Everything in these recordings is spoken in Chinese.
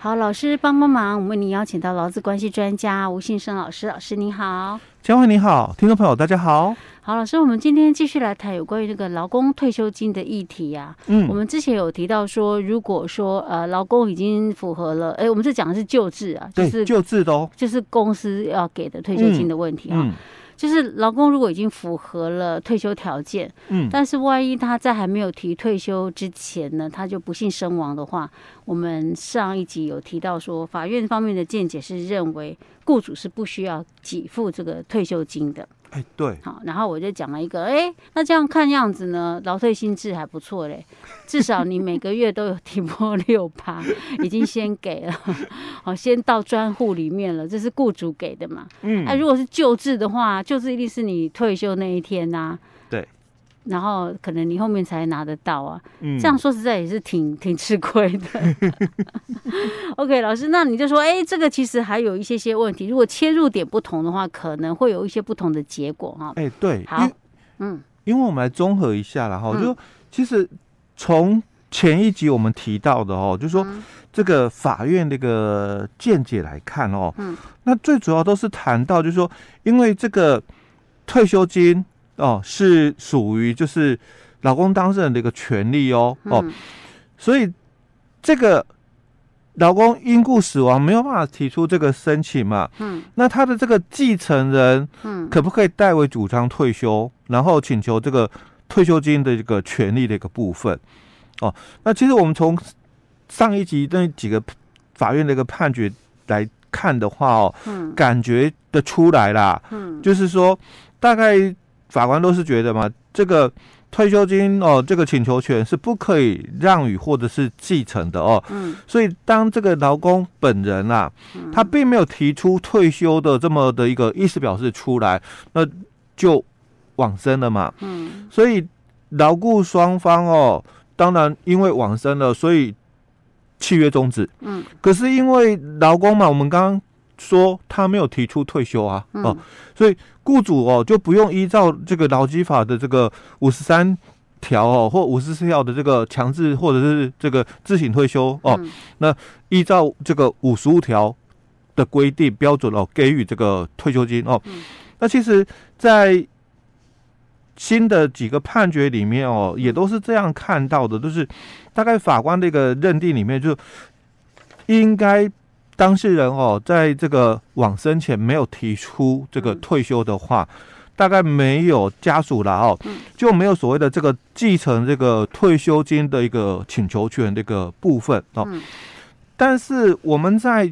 好，老师帮忙，我们为您邀请到劳资关系专家吴信生老师，老师您好。 嘉惠你好，听众朋友大家好。 好，老师，我们今天继续来谈有关于这个劳工退休金的议题啊。我们之前有提到说，如果说劳工已经符合了，我们这讲的是旧制啊，就是旧制的哦， 就是公司要给的退休金的问题啊。就是劳工如果已经符合了退休条件，但是万一他在还没有提退休之前呢，他就不幸身亡的话，我们上一集有提到说，法院方面的见解是认为雇主是不需要给付这个退休金的。 对， 好，然后我就讲了一个，那这样看样子呢，劳退新制还不错嘞，至少你每个月都有提拨6%，已经先给了，好，先到专户里面了，这是雇主给的嘛。如果是旧制的话，旧制一定是你退休那一天呐。 对。 然后可能你后面才拿得到啊，这样说实在也是挺吃亏的。OK， 老师，那你就说，这个其实还有一些问题，如果切入点不同的话，可能会有一些不同的结果哈。 对， 好， 因为我们来综合一下啦哈，就说其实从前一集我们提到的哦，就是说这个法院那个见解来看哦，那最主要都是谈到就是说，因为这个退休金。是属于就是劳工当事人的一个权利所以这个劳工因故死亡没有办法提出这个申请嘛，那他的这个继承人可不可以代为主张退休，然后请求这个退休金的这个权利的一个部分那其实我们从上一集那几个法院的一个判决来看的话感觉得出来啦，就是说大概法官都是觉得嘛，这个退休金这个请求权是不可以让与或者是继承的所以当这个劳工本人他并没有提出退休的这么的一个意思表示出来，那就往生了嘛。所以劳雇双方当然因为往生了，所以契约终止。可是因为劳工嘛，我们刚刚说他没有提出退休所以雇主就不用依照这个劳基法的这个53条或54条的这个强制或者是这个自行退休那依照这个55条的规定标准给予这个退休金那其实在新的几个判决里面也都是这样看到的，就是大概法官的一个认定里面就应该当事人在这个往生前没有提出这个退休的话，大概没有家属啦就没有所谓的这个继承这个退休金的一个请求权的一个部分但是我们在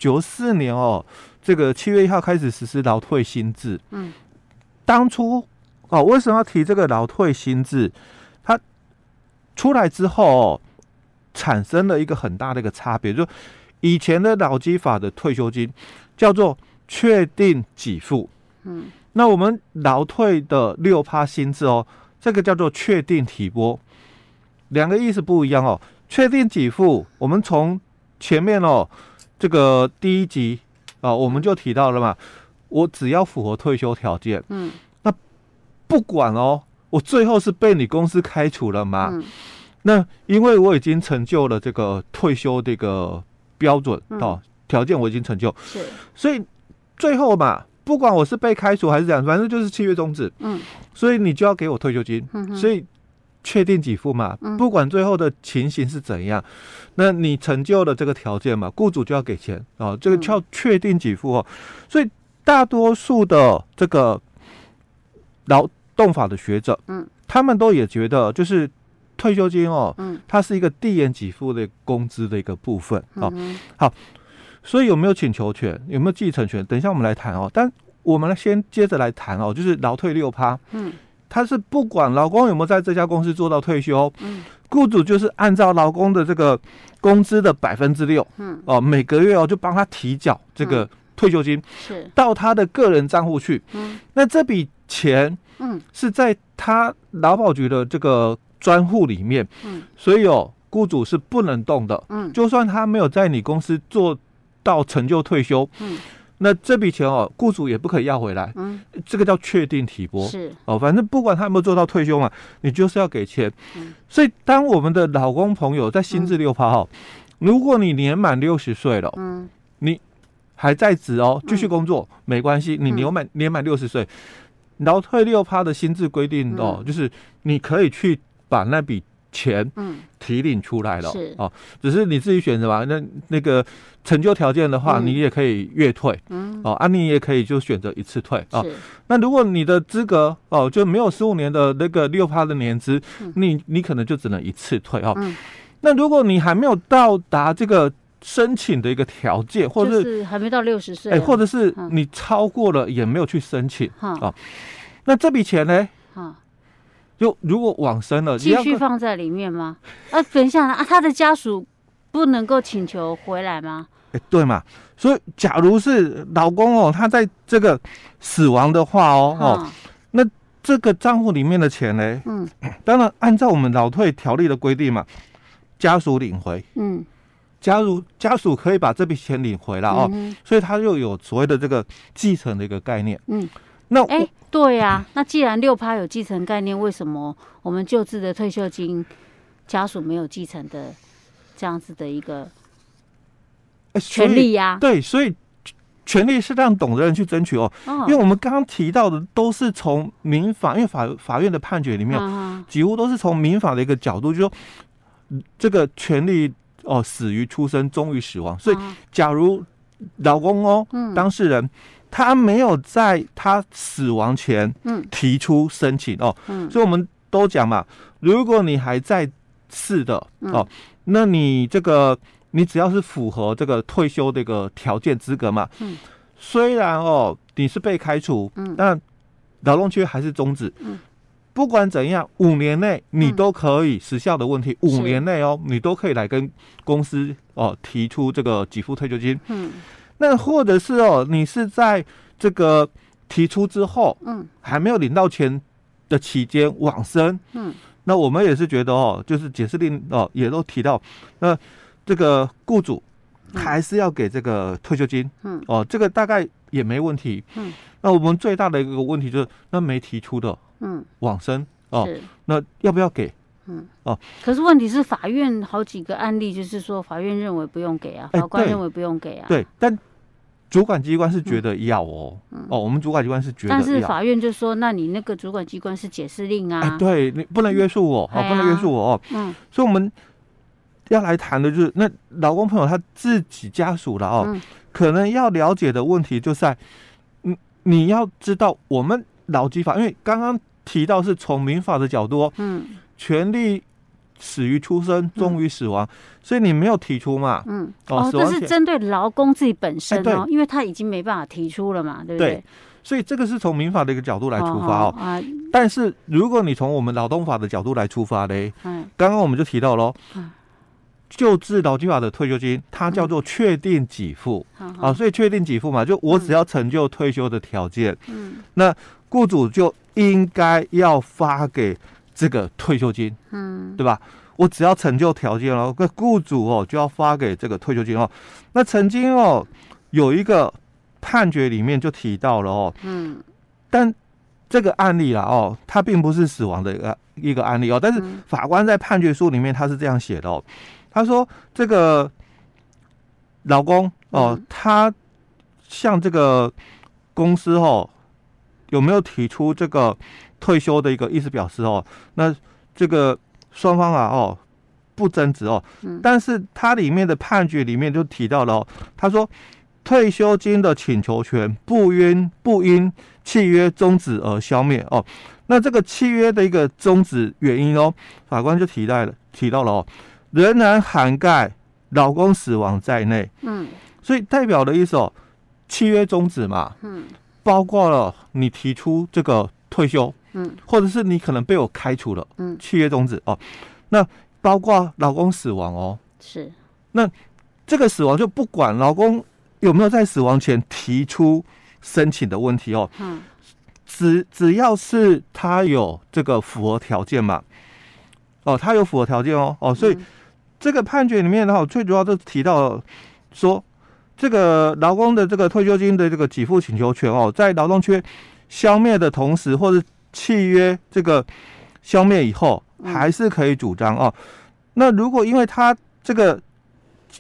94年这个7月1号开始实施劳退新制当初为什么要提这个劳退新制？它出来之后产生了一个很大的一个差别，就以前的劳基法的退休金叫做确定给付，那我们劳退的6%新制这个叫做确定提拨，两个意思不一样确定给付，我们从前面这个第一集我们就提到了嘛，我只要符合退休条件，那不管我最后是被你公司开除了嘛，那因为我已经成就了这个退休的一个标准条件我已经成就，所以最后嘛，不管我是被开除还是怎样，反正就是契约终止，所以你就要给我退休金，所以确定给付嘛，不管最后的情形是怎样，那你成就了这个条件嘛，雇主就要给钱这个叫确定给付所以大多数的这个劳动法的学者，他们都也觉得就是退休金它是一个递延给付的工资的一个部分好，所以有没有请求权，有没有继承权，等一下我们来谈但我们先接着来谈就是劳退6%，它是不管劳工有没有在这家公司做到退休，雇主就是按照劳工的这个工资的6%，每个月就帮他提缴这个退休金，到他的个人账户去，那这笔钱是在他劳保局的这个专户里面，所以雇主是不能动的，就算他没有在你公司做到成就退休，那这笔钱雇主也不可以要回来，这个叫确定提拨， 是反正不管他有没有做到退休嘛，你就是要给钱，所以当我们的劳工朋友在新制6% 如果你年满60岁了，你还在职哦，继续工作没关系，你年满60岁，劳退6%的新制规定哦，就是你可以去把那笔钱提领出来了哦，只是你自己选择嘛。那个成就条件的话，你也可以月退你也可以就选择一次退那如果你的资格就没有15年的那个6%的年资，你可能就只能一次退那如果你还没有到达这个申请的一个条件，或者是还没到60岁， 或者是你超过了也没有去申请那这笔钱呢？就如果往生了， 继续放在里面吗？等一下他的家属不能够请求回来吗？ 对嘛？所以假如是老公他在这个死亡的话那这个账户里面的钱呢？当然按照我们劳退条例的规定嘛，家属领回。家属可以把这笔钱领回来所以他就有所谓的这个继承的一个概念。那对呀，那既然6%有继承概念，为什么我们旧制的退休金家属没有继承的这样子的一个权利呀？ 对，所以权利是让懂的人去争取因为我们刚刚提到的都是从民法，因为法院的判决里面几乎都是从民法的一个角度，就说这个权利死于出生，终于死亡。所以假如老公当事人他没有在他死亡前提出申请所以我们都讲嘛，如果你还在世的那你这个你只要是符合这个退休的一个条件资格嘛虽然你是被开除但劳动契约还是终止不管怎样5年内你都可以时效的问题5年内你都可以来跟公司提出这个给付退休金那或者是你是在这个提出之后还没有领到钱的期间往生那我们也是觉得就是解释令也都提到那这个雇主还是要给这个退休金这个大概也没问题那我们最大的一个问题就是那没提出的往生那要不要给可是问题是法院好几个案例就是说法院认为不用给法官认为不用给对，但主管机关是觉得要我们主管机关是觉得要， 但是法院就说那你那个主管机关是解释令对，你不能约束我不能约束我所以我们要来谈的就是那劳工朋友他自己家属了可能要了解的问题就是在你要知道我们劳基法，因为刚刚提到是从民法的角度权利死于出生，终于死亡，所以你没有提出嘛这是针对劳工自己本身因为他已经没办法提出了嘛，对不对？ 所以这个是从民法的一个角度来出发但是如果你从我们劳动法的角度来出发嘞刚刚我们就提到咯旧制劳基法的退休金它叫做确定给付所以确定给付嘛，就我只要成就退休的条件那雇主就应该要发给这个退休金对吧？我只要成就条件那雇主就要发给这个退休金那曾经有一个判决里面就提到了但这个案例啦它并不是死亡的一个案例但是法官在判决书里面他是这样写的他说这个老公他向这个公司有没有提出这个退休的一个意思表示那这个双方不争执但是他里面的判决里面就提到了他说退休金的请求权不因契约终止而消灭那这个契约的一个终止原因法官就提到了仍然涵盖老公死亡在内所以代表的意思契约终止嘛包括了你提出这个退休或者是你可能被我开除了契约终止那包括老公死亡是那这个死亡就不管老公有没有在死亡前提出申请的问题只要是他有这个符合条件嘛他有符合条件所以这个判决里面最主要就提到说这个劳工的这个退休金的这个给付请求权在劳动契约消灭的同时或者契约这个消灭以后还是可以主张那如果因为他这个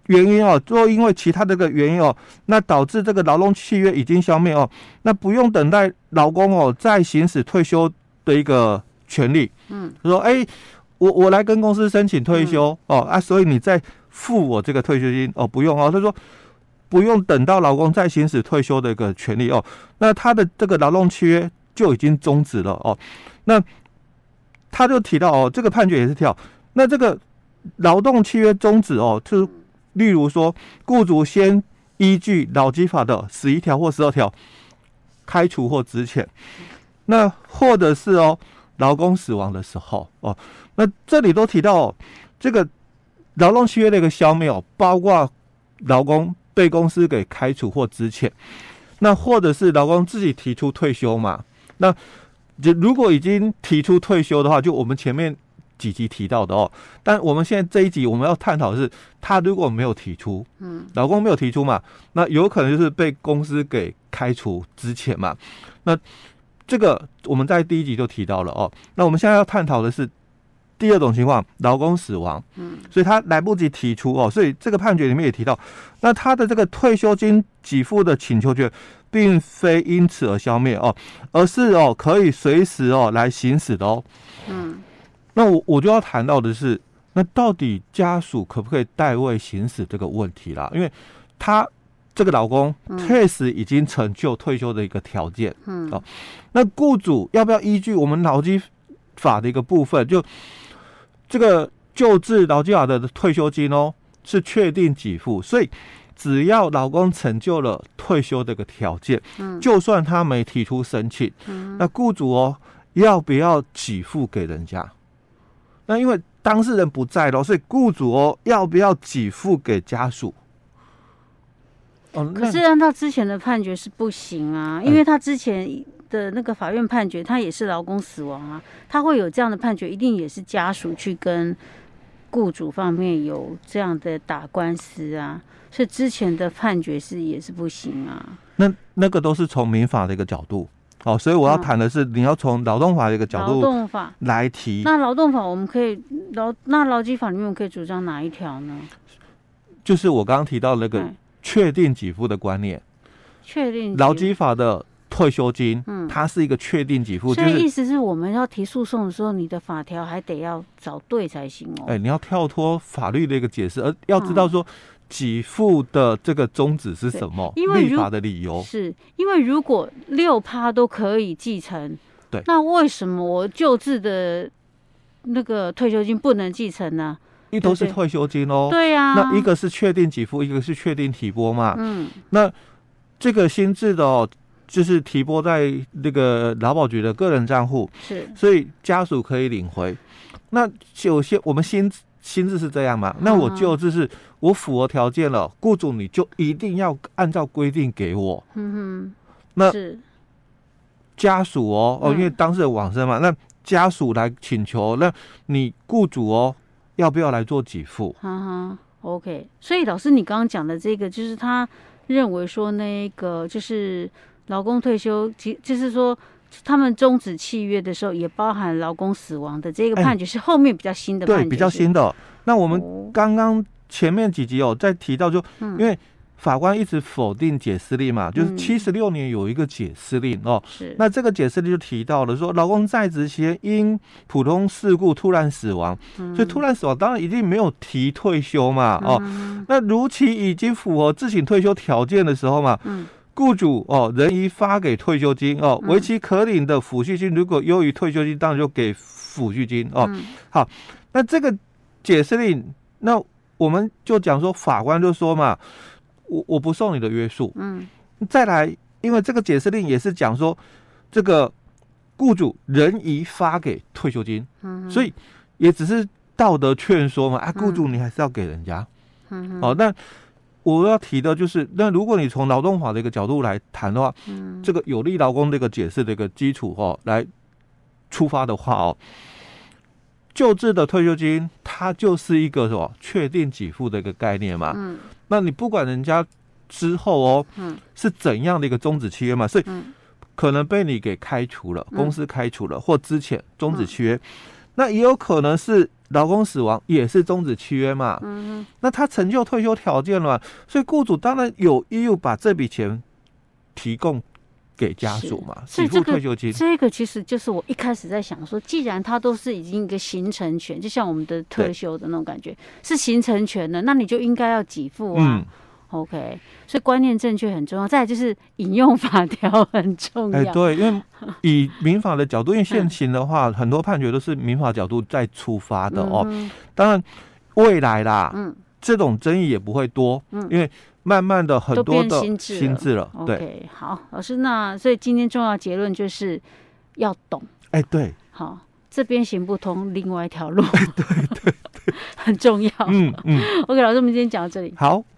原因哦，就因为其他这个原因哦，那导致这个劳动契约已经消灭哦，那不用等待劳工哦再行使退休的一个权利。说我来跟公司申请退休所以你再付我这个退休金哦，不用哦。他说不用等到劳工再行使退休的一个权利哦，那他的这个劳动契约就已经终止了哦。那他就提到哦，这个判决也是跳，那这个劳动契约终止哦，就是例如说，雇主先依据劳基法的11条或12条开除或资遣，那或者是劳工死亡的时候那这里都提到这个劳动契约的一个消灭包括劳工被公司给开除或资遣，那或者是劳工自己提出退休嘛，那如果已经提出退休的话，就我们前面几集提到的但我们现在这一集我们要探讨的是，他如果没有提出，劳工没有提出嘛，那有可能就是被公司给开除资遣嘛。那这个我们在第一集就提到了那我们现在要探讨的是第二种情况，劳工死亡，所以他来不及提出所以这个判决里面也提到，那他的这个退休金给付的请求权，并非因此而消灭而是可以随时来行使的那我就要谈到的是，那到底家属可不可以代位行使这个问题啦？因为他这个劳工确实已经成就退休的一个条件，那雇主要不要依据我们劳基法的一个部分，就这个旧制劳基法的退休金是确定给付，所以只要劳工成就了退休的一个条件，就算他没提出申请，那雇主要不要给付给人家？那因为当事人不在了，所以雇主要不要给付给家属？ 可是按照之前的判决是不行啊，因为他之前的那个法院判决，他也是劳工死亡啊，他会有这样的判决，一定也是家属去跟雇主方面有这样的打官司啊，所以之前的判决也是不行啊。 那个都是从民法的一个角度。所以我要谈的是，你要从劳动法的一个角度来提。 那劳动法我们可以那劳基法里面我们可以主张哪一条呢？ 就是我刚刚提到的那个确定给付的观念。 确定劳基法的退休金，它是一个确定给付， 所以意思是我们要提诉讼的时候，你的法条还得要找对才行你要跳脱法律的一个解释，而要知道说。给付的这个宗旨是什么？立法的理由是因为如果6%都可以继承， 对， 那为什么我旧制的那个退休金不能继承呢？ 因为都是退休金对啊， 那一个是确定给付，一个是确定提拨嘛。那这个新制的就是提拨在那个劳保局的个人账户， 是， 所以家属可以领回。那有些我们新制是这样嘛？那我旧制是我符合条件了，雇主你就一定要按照规定给我。那家属因为当事人往生嘛，那家属来请求，那你雇主要不要来做给付 ？OK， 所以老师你刚刚讲的这个，就是他认为说那个就是劳工退休，就是说。他们终止契约的时候，也包含劳工死亡的这个判决，是后面比较新的判决， 对，比较新的。那我们刚刚前面几集在提到，就因为法官一直否定解释令嘛，就是76年有一个解释令是。 那这个解释令就提到了说，劳工在职期间因普通事故突然死亡，所以突然死亡当然一定没有提退休嘛那如其已经符合自请退休条件的时候嘛雇主仍宜发给退休金为其可领的抚恤金如果优于退休金，当然就给抚恤金好，那这个解释令，那我们就讲说，法官就说嘛，我不受你的约束。再来，因为这个解释令也是讲说，这个雇主仍宜发给退休金，所以也只是道德劝说嘛雇主你还是要给人家。那我要提的就是，那如果你从劳动法的一个角度来谈的话，这个有利劳工的一个解释的一个基础来出发的话旧制的退休金它就是一个什么确定给付的一个概念嘛。那你不管人家之后是怎样的一个终止契约嘛，所以可能被你给开除了，公司开除了，或之前终止契约，那也有可能是劳工死亡也是终止契约嘛，那他成就退休条件了，所以雇主当然有义务把这笔钱提供给家属嘛，给付退休金。 这个其实就是我一开始在想说，既然它都是已经一个形成权，就像我们的特休的那种感觉，是形成权的，那你就应该要给付啊。OK， 所以观念正确很重要。再来就是引用法条很重要。 对，因为以民法的角度，因为现行的话，很多判决都是民法角度在出发的哦。当然，未来啦，这种争议也不会多，因为慢慢的很多的新制了。对， OK， 好，老师，那所以今天重要结论就是要懂。 对， 好，这边行不通，另外一条路。对，很重要。OK， 老师，我们今天讲到这里。 好。